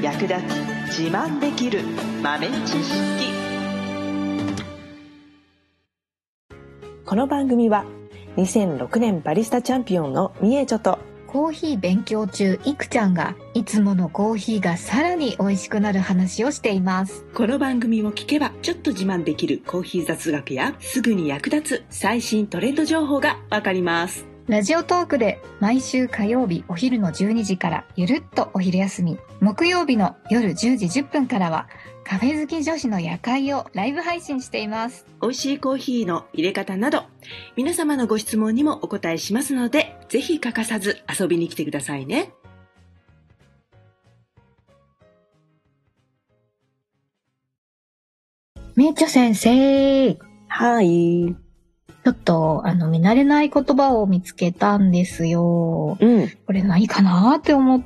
役立つ自慢できる豆知識。この番組は2006年バリスタチャンピオンのみえちょとコーヒー勉強中いくちゃんがいつものコーヒーがさらに美味しくなる話をしています。 この番組を聞けばちょっと自慢できるコーヒー雑学やすぐに役立つ最新トレンド情報がわかります。 ラジオトークで毎週火曜日お昼の12時からゆるっとお昼休み、木曜日の夜10時10分からはカフェ好き女子の夜会をライブ配信しています。 美味しいコーヒーの入れ方など皆様のご質問にもお答えしますので、ぜひ欠かさず遊びに来てくださいね。 めいちょ先生。 はい。 ちょっと見慣れない言葉を見つけたんですよ。これ何かなって思って、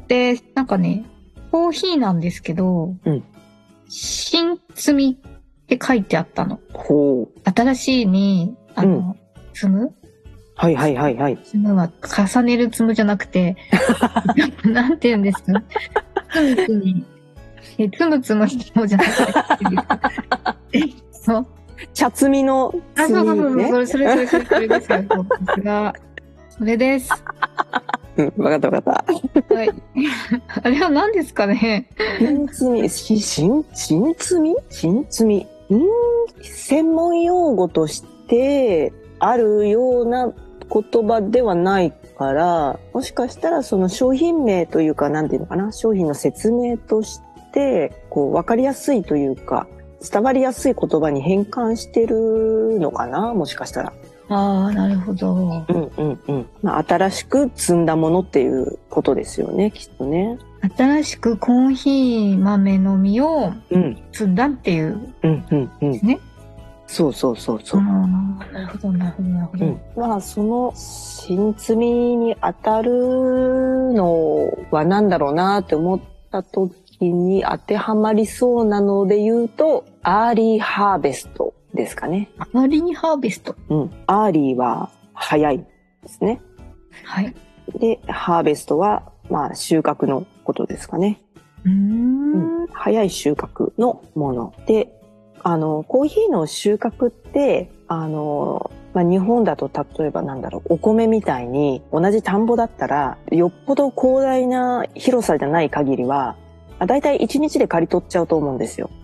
なんかね、コーヒーなんですけど、新摘みって書いてあったの。 ほう。 新しいに、摘む？ はいはいはいはい。 摘むは重ねる摘むじゃなくて、なんて言うんですか？摘む摘み。摘む摘む紐じゃなくて。そう。 茶摘みの摘みね。 それですよ。さすが。それです。 わかったわかった。 はい。あれは何ですかね。 新摘み。専門用語としてあるような言葉ではないから、もしかしたらその商品名というか、なんていうのかな、商品の説明としてこう分かりやすいというか、伝わりやすい言葉に変換してるのかな、もしかしたら。 ああ、なるほど。 新しく摘んだものっていうことですよね、きっとね。 新しくコーヒー豆の実を摘んだっていうですね。 そう。 なるほど。 その新摘みに当たるのは何だろうなって思った時に当てはまりそうなので言うと、アーリーハーベストですかね。 アーリーハーベスト。 アーリーは早いですね。 はい。 で、ハーベストは収穫のことですかね。早い収穫のもので、コーヒーの収穫って日本だと例えばお米みたいに同じ田んぼだったらよっぽど広大な広さじゃない限りはだいたい1日で刈り取っちゃうと思うんですよ。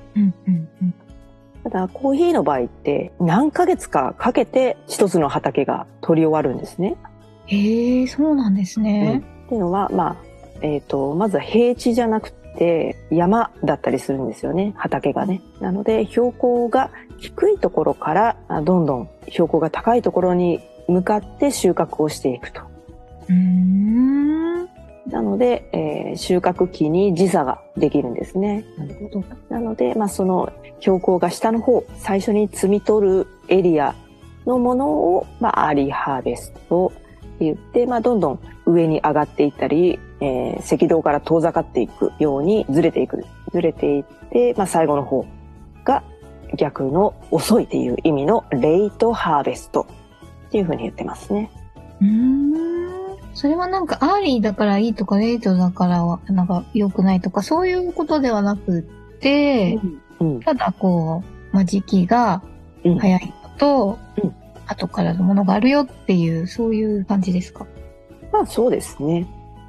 ただコーヒーの場合って何ヶ月かかけて一つの畑が取り終わるんですね。 へえ、そうなんですね。 っていうのはまずは平地じゃなくて山だったりするんですよね、畑がね。なので標高が低いところからどんどん標高が高いところに向かって収穫をしていくと。なので、収穫期に時差ができるんですね。なので、その標高が下の方、最初に摘み取るエリアのものを、アーリーハーベストって言って、どんどん上に上がっていったり、赤道から遠ざかっていくようにずれていって、最後の方が逆の遅いっていう意味のレイトハーベストっていう風に言ってますね。 それはアーリーだからいいとかレイトだから良くないとかそういうことではなくって、ただ時期が早いのと、後からのものがあるよっていうそういう感じですか？ そうですね。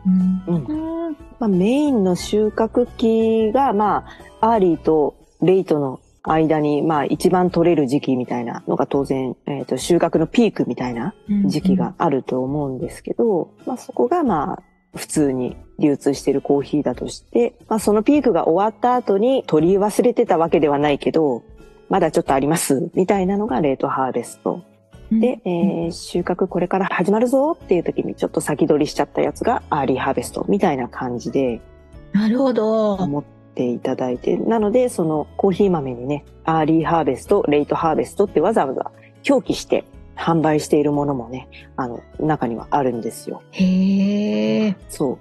メインの収穫期がアーリーとレイトの間に一番取れる時期みたいなのが当然、収穫のピークみたいな時期があると思うんですけど、そこが普通に流通しているコーヒーだとして、そのピークが終わった後に取り忘れてたわけではないけどまだちょっとありますみたいなのがレートハーベストで、収穫これから始まるぞっていう時にちょっと先取りしちゃったやつがアーリーハーベストみたいな感じで、 なるほど、 思っていただいて、なのでそのコーヒー豆にね、アーリーハーベスト、レイトハーベストってわざわざ表記して販売しているものもね、中にはあるんですよ。 へー。 そう。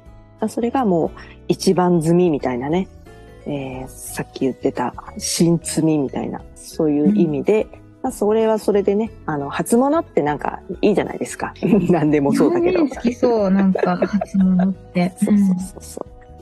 それがもう一番摘みみたいなね、さっき言ってた新摘みみたいな、そういう意味で、それはそれでね、初物っていいじゃないですか。何でもそうだけど。 好きそう、初物って。 そう。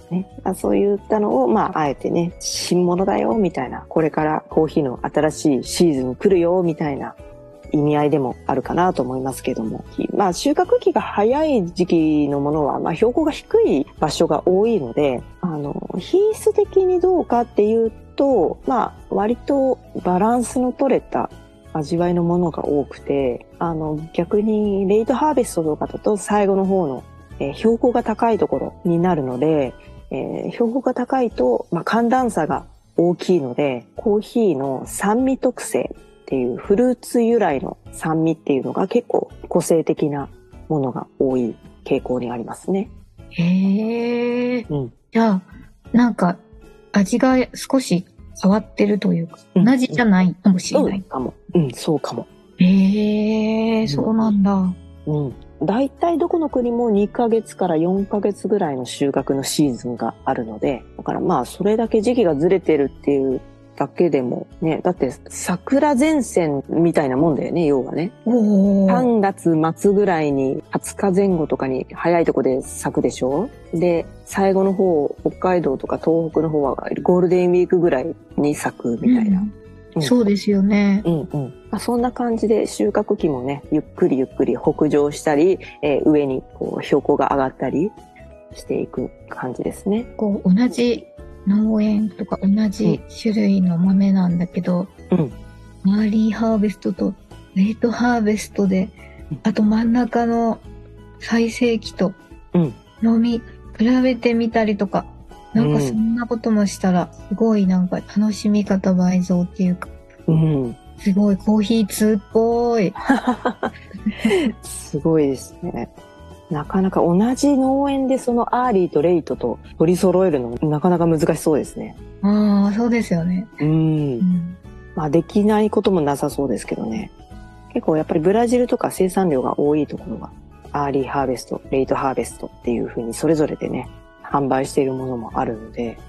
ね。そういったのを、あえてね、新物だよ、みたいな、これからコーヒーの新しいシーズン来るよ、みたいな意味合いでもあるかなと思いますけども。収穫期が早い時期のものは、標高が低い場所が多いので、品質的にどうかっていうと、割とバランスの取れた味わいのものが多くて、逆にレイトハーベストとかだと最後の方の、標高が高いところになるので、標高が高いと、寒暖差が大きいので、コーヒーの酸味特性っていうフルーツ由来の酸味っていうのが結構個性的なものが多い傾向にありますね。 へー。じゃあ、なんか味が少し変わってるというか、同じじゃないかもしれない。 そうかも。そうかも。 そうなんだ。 だいたいどこの国も2ヶ月から4ヶ月ぐらいの収穫のシーズンがあるので、だからそれだけ時期がずれてるっていうだけでもね、だって桜前線みたいなもんだよね、要はね。3月末ぐらいに20日前後とかに早いとこで咲くでしょ。で、最後の方、北海道とか東北の方はゴールデンウィークぐらいに咲くみたいな。 そうですよね。 そんな感じで収穫期もね、ゆっくりゆっくり北上したり、上にこう標高が上がったりしていく感じですね。 同じ農園とか同じ種類の豆なんだけど、アーリーハーベストとレイトハーベストで、あと真ん中の最盛期と飲み比べてみたりとか、なんかそんなこともしたら、すごいなんか楽しみ方倍増っていうか、すごいコーヒー通っぽい。 すごいですね。なかなか同じ農園でそのアーリーとレイトと取り揃えるのなかなか難しそうですね。 そうですよね。 できないこともなさそうですけどね。結構やっぱりブラジルとか生産量が多いところは、アーリーハーベスト、レイトハーベストっていう風にそれぞれでね、販売しているものもあるので。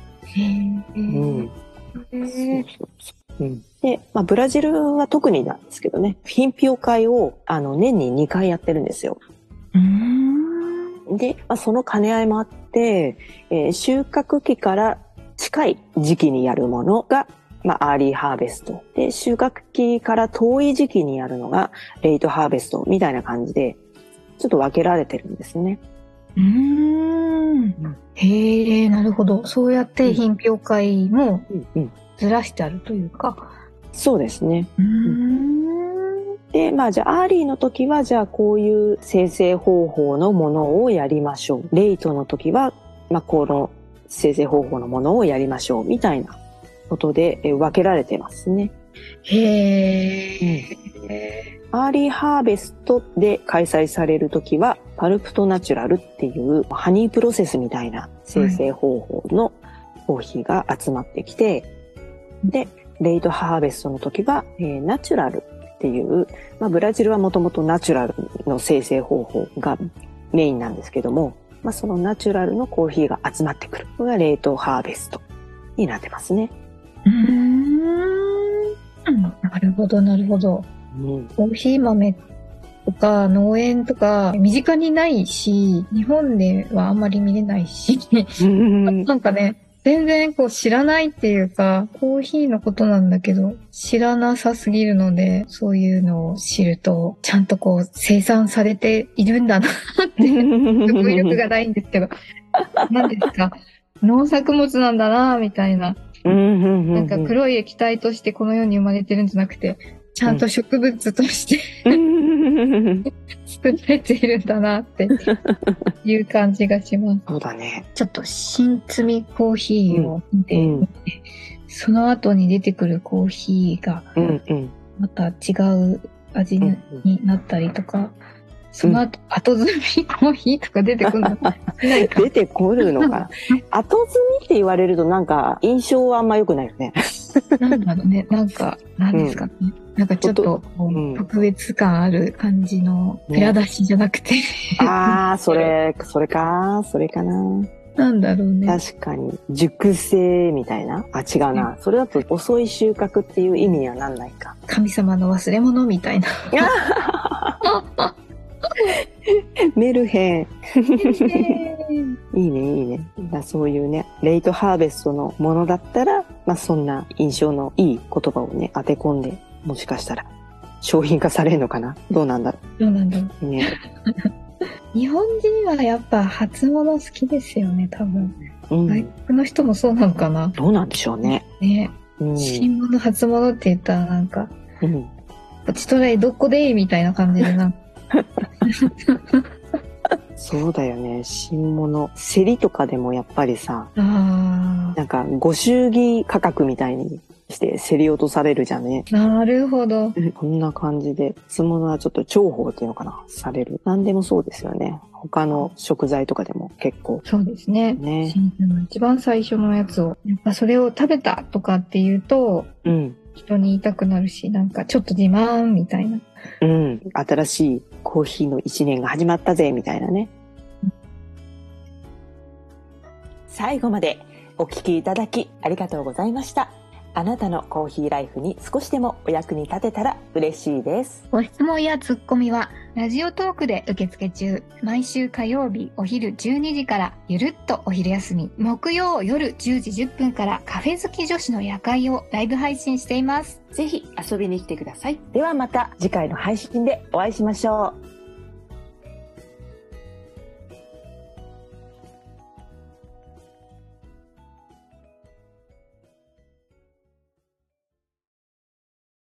で、ブラジルは特になんですけどね、品評会を年に2回やってるんですよ。で、その兼ね合いもあって、収穫期から近い時期にやるものが、アーリーハーベスト。で、収穫期から遠い時期にやるのがレイトハーベストみたいな感じで、ちょっと分けられてるんですね。 へえ、なるほど。そうやって品評会もずらしてあるというか。 そうですね。で、じゃあ、アーリーの時は、じゃあ、こういう生成方法のものをやりましょう。レイトの時は、この生成方法のものをやりましょう。みたいなことで分けられてますね。アーリーハーベストで開催される時は、パルプトナチュラルっていうハニープロセスみたいな生成方法のコーヒーが集まってきて、で、レイトハーベストの時は、ナチュラルっていう、ブラジルはもともとナチュラルの生成方法がメインなんですけども、そのナチュラルのコーヒーが集まってくるのがレイトハーベストになってますね。 なるほど、なるほど。コーヒー豆とか農園とか身近にないし、日本ではあんまり見れないし、なんかね、全然知らないっていうか、コーヒーのことなんだけど、知らなさすぎるので、そういうのを知ると、ちゃんと生産されているんだなって、語彙力がないんですけど、何ですか、農作物なんだなみたいな。なんか黒い液体としてこの世に生まれてるんじゃなくて、ちゃんと植物として作られているんだなっていう感じがします。 そうだね。 ちょっと新摘みコーヒーを見て、その後に出てくるコーヒーがまた違う味になったりとか、その後、後摘みコーヒーとか出てくるの出てくるのかな。後摘みって言われるとなんか印象はあんま良くないよね。 なんだろうね。なんか、なんですかね。なんかちょっと特別感ある感じのペラ出しじゃなくて。 それかな。 なんだろうね。 確かに。熟成みたいな。違うな。それだと遅い収穫っていう意味にはなんないか。 神様の忘れ物みたいな。 メルヘン。いいね。 そういうね、レイトハーベストのものだったら、まあそんな印象のいい言葉をね、当て込んで、もしかしたら商品化されるのかな。どうなんだろどうなんだろう。 う。ね。 日本人はやっぱ初物好きですよね、多分。外国の人もそうなのかな。 どうなんでしょうね。 ね。新物初物って言ったらなんか、こっちとらいどこでいいみたいな感じでな。 そうだよね。新物。競りとかでもやっぱりさ、なんかご祝儀価格みたいにして競り落とされるじゃんね。 なるほど。 こんな感じで、初物はちょっと重宝っていうのかな、される。なんでもそうですよね。他の食材とかでも結構。 そうですね。一番最初のやつを、やっぱそれを食べたとかっていうと、人に言いたくなるし、なんかちょっと自慢みたいな。 新しいコーヒーの一年が始まったぜ、みたいなね。最後までお聞きいただきありがとうございました。あなたのコーヒーライフに少しでもお役に立てたら嬉しいです。 ご質問やツッコミはラジオトークで受付中。毎週火曜日お昼12時からゆるっとお昼休み、木曜夜10時10分からカフェ好き女子の夜会をライブ配信しています。 ぜひ遊びに来てください。ではまた次回の配信でお会いしましょう。